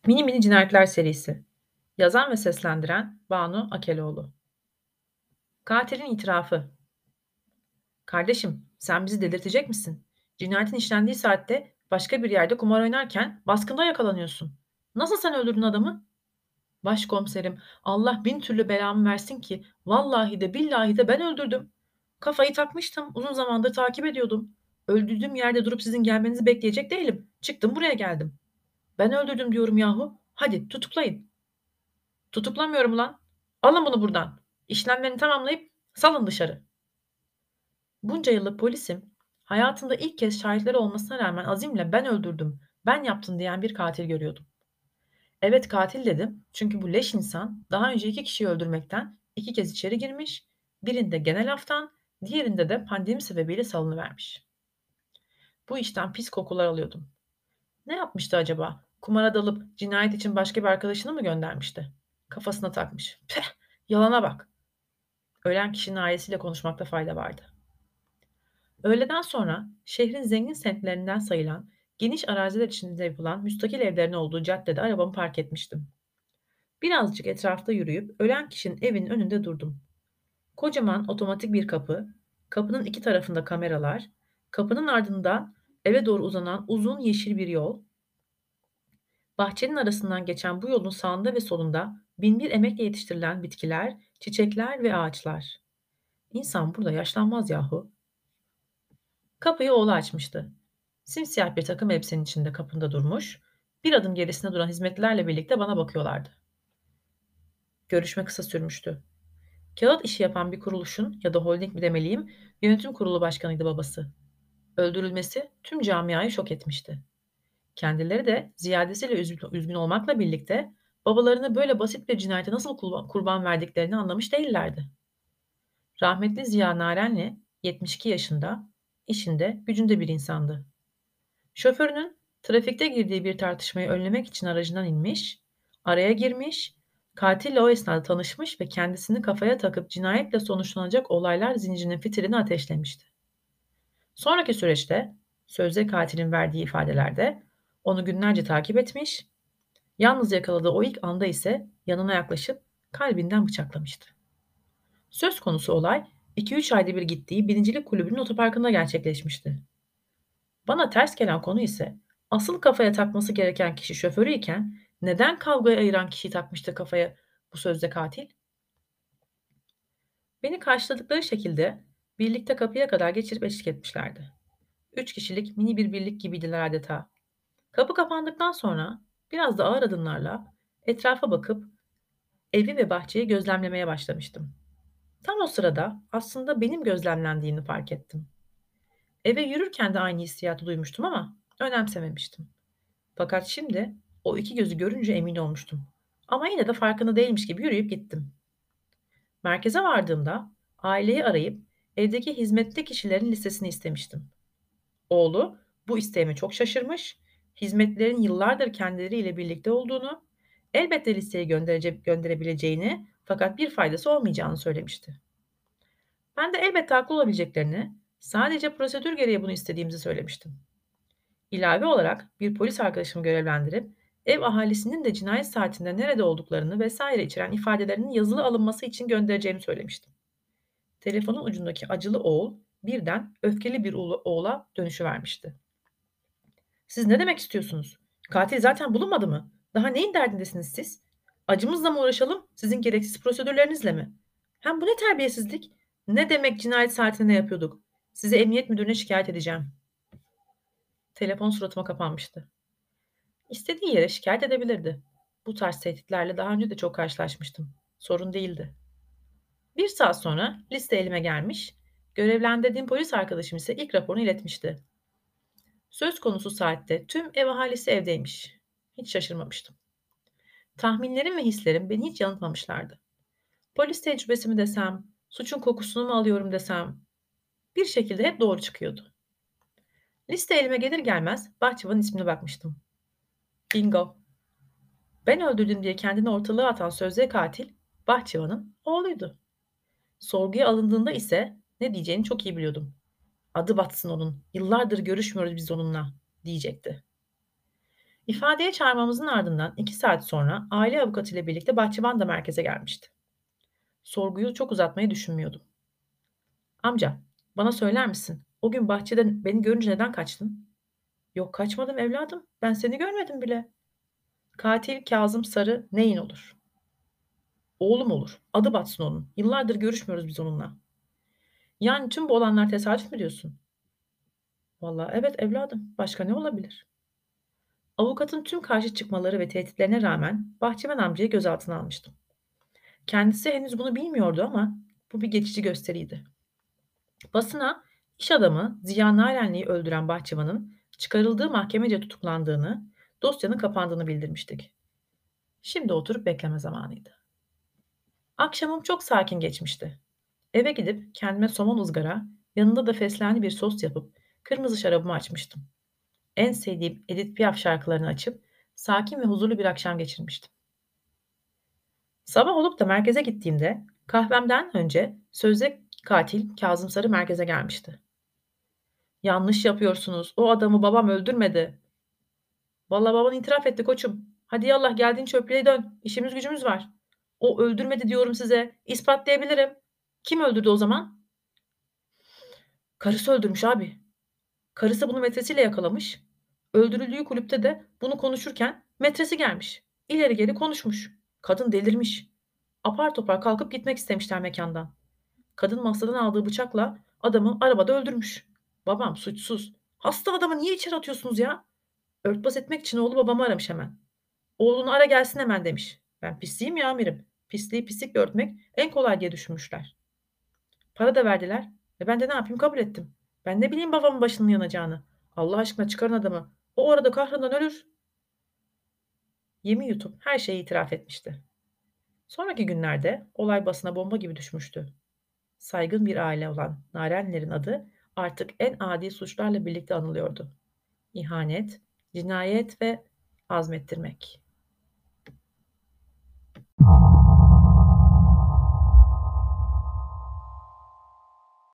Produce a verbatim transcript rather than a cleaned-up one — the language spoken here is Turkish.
Mini Mini Cinayetler serisi. Yazan ve seslendiren Banu Akeloğlu. Katilin itirafı. Kardeşim, sen bizi delirtecek misin? Cinayetin işlendiği saatte başka bir yerde kumar oynarken baskında yakalanıyorsun. Nasıl sen öldürdün adamı? Başkomiserim, Allah bin türlü belamı versin ki vallahi de billahi de ben öldürdüm. Kafayı takmıştım. Uzun zamandır takip ediyordum. Öldürdüğüm yerde durup sizin gelmenizi bekleyecek değilim. Çıktım buraya geldim. Ben öldürdüm diyorum yahu. Hadi tutuklayın. Tutuklamıyorum ulan. Alın bunu buradan. İşlemlerini tamamlayıp salın dışarı. Bunca yıllık polisim, hayatımda ilk kez şahitleri olmasına rağmen azimle ben öldürdüm, ben yaptım diyen bir katil görüyordum. Evet katil dedim çünkü bu leş insan daha önce iki kişiyi öldürmekten iki kez içeri girmiş, birinde genel aftan, diğerinde de pandemi sebebiyle salınıvermiş. Bu işten pis kokular alıyordum. Ne yapmıştı acaba? Kumara dalıp cinayet için başka bir arkadaşını mı göndermişti? Kafasına takmış. Peh, yalana bak. Ölen kişinin ailesiyle konuşmakta fayda vardı. Öğleden sonra şehrin zengin semtlerinden sayılan geniş araziler içinde yapılan müstakil evlerin olduğu caddede arabamı park etmiştim. Birazcık etrafta yürüyüp ölen kişinin evinin önünde durdum. Kocaman otomatik bir kapı, kapının iki tarafında kameralar, kapının ardından eve doğru uzanan uzun yeşil bir yol, bahçenin arasından geçen bu yolun sağında ve solunda binbir emekle yetiştirilen bitkiler, çiçekler ve ağaçlar. İnsan burada yaşlanmaz yahu. Kapıyı oğlu açmıştı. Simsiyah bir takım elbisenin içinde kapında durmuş, bir adım gerisinde duran hizmetlilerle birlikte bana bakıyorlardı. Görüşme kısa sürmüştü. Kağıt işi yapan bir kuruluşun ya da holding mi demeliyim, yönetim kurulu başkanıydı babası. Öldürülmesi tüm camiayı şok etmişti. Kendileri de ziyadesiyle üzgün, üzgün olmakla birlikte babalarını böyle basit bir cinayete nasıl kurban, kurban verdiklerini anlamış değillerdi. Rahmetli Ziya Narenli yetmiş iki yaşında, işinde, gücünde bir insandı. Şoförünün trafikte girdiği bir tartışmayı önlemek için aracından inmiş, araya girmiş, katille o esnada tanışmış ve kendisini kafaya takıp cinayetle sonuçlanacak olaylar zincirinin fitilini ateşlemişti. Sonraki süreçte sözde katilin verdiği ifadelerde onu günlerce takip etmiş, yalnız yakaladığı o ilk anda ise yanına yaklaşıp kalbinden bıçaklamıştı. Söz konusu olay iki üç ayda bir gittiği birincilik kulübünün otoparkında gerçekleşmişti. Bana ters gelen konu ise asıl kafaya takması gereken kişi şoförü iken neden kavgaya ayıran kişiyi takmıştı kafaya bu sözde katil? Beni karşıladıkları şekilde birlikte kapıya kadar geçirip eşlik etmişlerdi. Üç kişilik mini bir birlik gibiydiler adeta. Kapı kapandıktan sonra biraz da ağır adımlarla etrafa bakıp evi ve bahçeyi gözlemlemeye başlamıştım. Tam o sırada aslında benim gözlemlendiğini fark ettim. Eve yürürken de aynı hissiyatı duymuştum ama önemsememiştim. Fakat şimdi o iki gözü görünce emin olmuştum. Ama yine de farkında değilmiş gibi yürüyüp gittim. Merkeze vardığımda aileyi arayıp evdeki hizmetli kişilerin listesini istemiştim. Oğlu bu isteğime çok şaşırmış, hizmetlilerin yıllardır kendileriyle birlikte olduğunu, elbette listeyi gönderece- gönderebileceğini fakat bir faydası olmayacağını söylemişti. Ben de elbette haklı olabileceklerini, sadece prosedür gereği bunu istediğimizi söylemiştim. İlave olarak bir polis arkadaşımı görevlendirip ev ahalisinin de cinayet saatinde nerede olduklarını vesaire içeren ifadelerinin yazılı alınması için göndereceğimi söylemiştim. Telefonun ucundaki acılı oğul birden öfkeli bir oğula oğula dönüşüvermişti. Siz ne demek istiyorsunuz? Katil zaten bulunmadı mı? Daha neyin derdindesiniz siz? Acımızla mı uğraşalım, sizin gereksiz prosedürlerinizle mi? Hem bu ne terbiyesizlik? Ne demek cinayet saatinde ne yapıyorduk? Sizi emniyet müdürüne şikayet edeceğim. Telefon suratıma kapanmıştı. İstediği yere şikayet edebilirdi. Bu tarz tehditlerle daha önce de çok karşılaşmıştım. Sorun değildi. Bir saat sonra liste elime gelmiş, görevlendirdiğim polis arkadaşım ise ilk raporunu iletmişti. Söz konusu saatte tüm ev ahalisi evdeymiş. Hiç şaşırmamıştım. Tahminlerim ve hislerim beni hiç yanıltmamışlardı. Polis tecrübesi mi desem, suçun kokusunu mu alıyorum desem, bir şekilde hep doğru çıkıyordu. Liste elime gelir gelmez bahçıvanın ismine bakmıştım. Bingo. Ben öldürdüm diye kendini ortalığa atan sözde katil bahçıvanın oğluydu. Sorguya alındığında ise ne diyeceğini çok iyi biliyordum. Adı batsın onun. Yıllardır görüşmüyoruz biz onunla diyecekti. İfadeye çağırmamızın ardından iki saat sonra aile avukatıyla birlikte bahçıvan da merkeze gelmişti. Sorguyu çok uzatmayı düşünmüyordum. "Amca, bana söyler misin? O gün bahçede beni görünce neden kaçtın?" "Yok, kaçmadım evladım. Ben seni görmedim bile." "Katil Kazım Sarı neyin olur?" "Oğlum olur. Adı batsın onun. Yıllardır görüşmüyoruz biz onunla." "Yani tüm bu olanlar tesadüf mü diyorsun?" "Vallahi evet evladım. Başka ne olabilir?" Avukatın tüm karşı çıkmaları ve tehditlerine rağmen Bahçıvan amcayı gözaltına almıştım. Kendisi henüz bunu bilmiyordu ama bu bir geçici gösteriydi. Basına iş adamı Ziya Narenli'yi öldüren Bahçıvan'ın çıkarıldığı mahkemece tutuklandığını, dosyanın kapandığını bildirmiştik. Şimdi oturup bekleme zamanıydı. Akşamım çok sakin geçmişti. Eve gidip kendime somon ızgara, yanında da fesleğenli bir sos yapıp kırmızı şarabımı açmıştım. En sevdiğim Edith Piaf şarkılarını açıp sakin ve huzurlu bir akşam geçirmiştim. Sabah olup da merkeze gittiğimde kahvemden önce sözde katil Kazım Sarı merkeze gelmişti. "Yanlış yapıyorsunuz. O adamı babam öldürmedi." "Vallahi baban itiraf etti koçum. Hadi yallah geldiğin çöplüğe dön. İşimiz gücümüz var." "O öldürmedi diyorum size. İspatlayabilirim." "Kim öldürdü o zaman?" "Karısı öldürmüş abi. Karısı bunu metresiyle yakalamış. Öldürüldüğü kulüpte de bunu konuşurken metresi gelmiş. İleri geri konuşmuş. Kadın delirmiş. Apar topar kalkıp gitmek istemişler mekândan. Kadın masadan aldığı bıçakla adamı arabada öldürmüş. Babam suçsuz. Hasta adamı niye içeri atıyorsunuz ya?" Örtbas etmek için oğlu babamı aramış hemen. "Oğlunu ara gelsin hemen." demiş. Ben pisliğim ya amirim. Pisliği pislikle örtmek en kolay diye düşünmüşler. Para da verdiler. E ben de ne yapayım, kabul ettim. Ben ne bileyim babamın başının yanacağını. Allah aşkına çıkarın adamı. O orada kahrından ölür. Yemin yutup her şeyi itiraf etmişti. Sonraki günlerde olay basına bomba gibi düşmüştü. Saygın bir aile olan Narenlerin adı artık en adi suçlarla birlikte anılıyordu. İhanet, cinayet ve azmettirmek.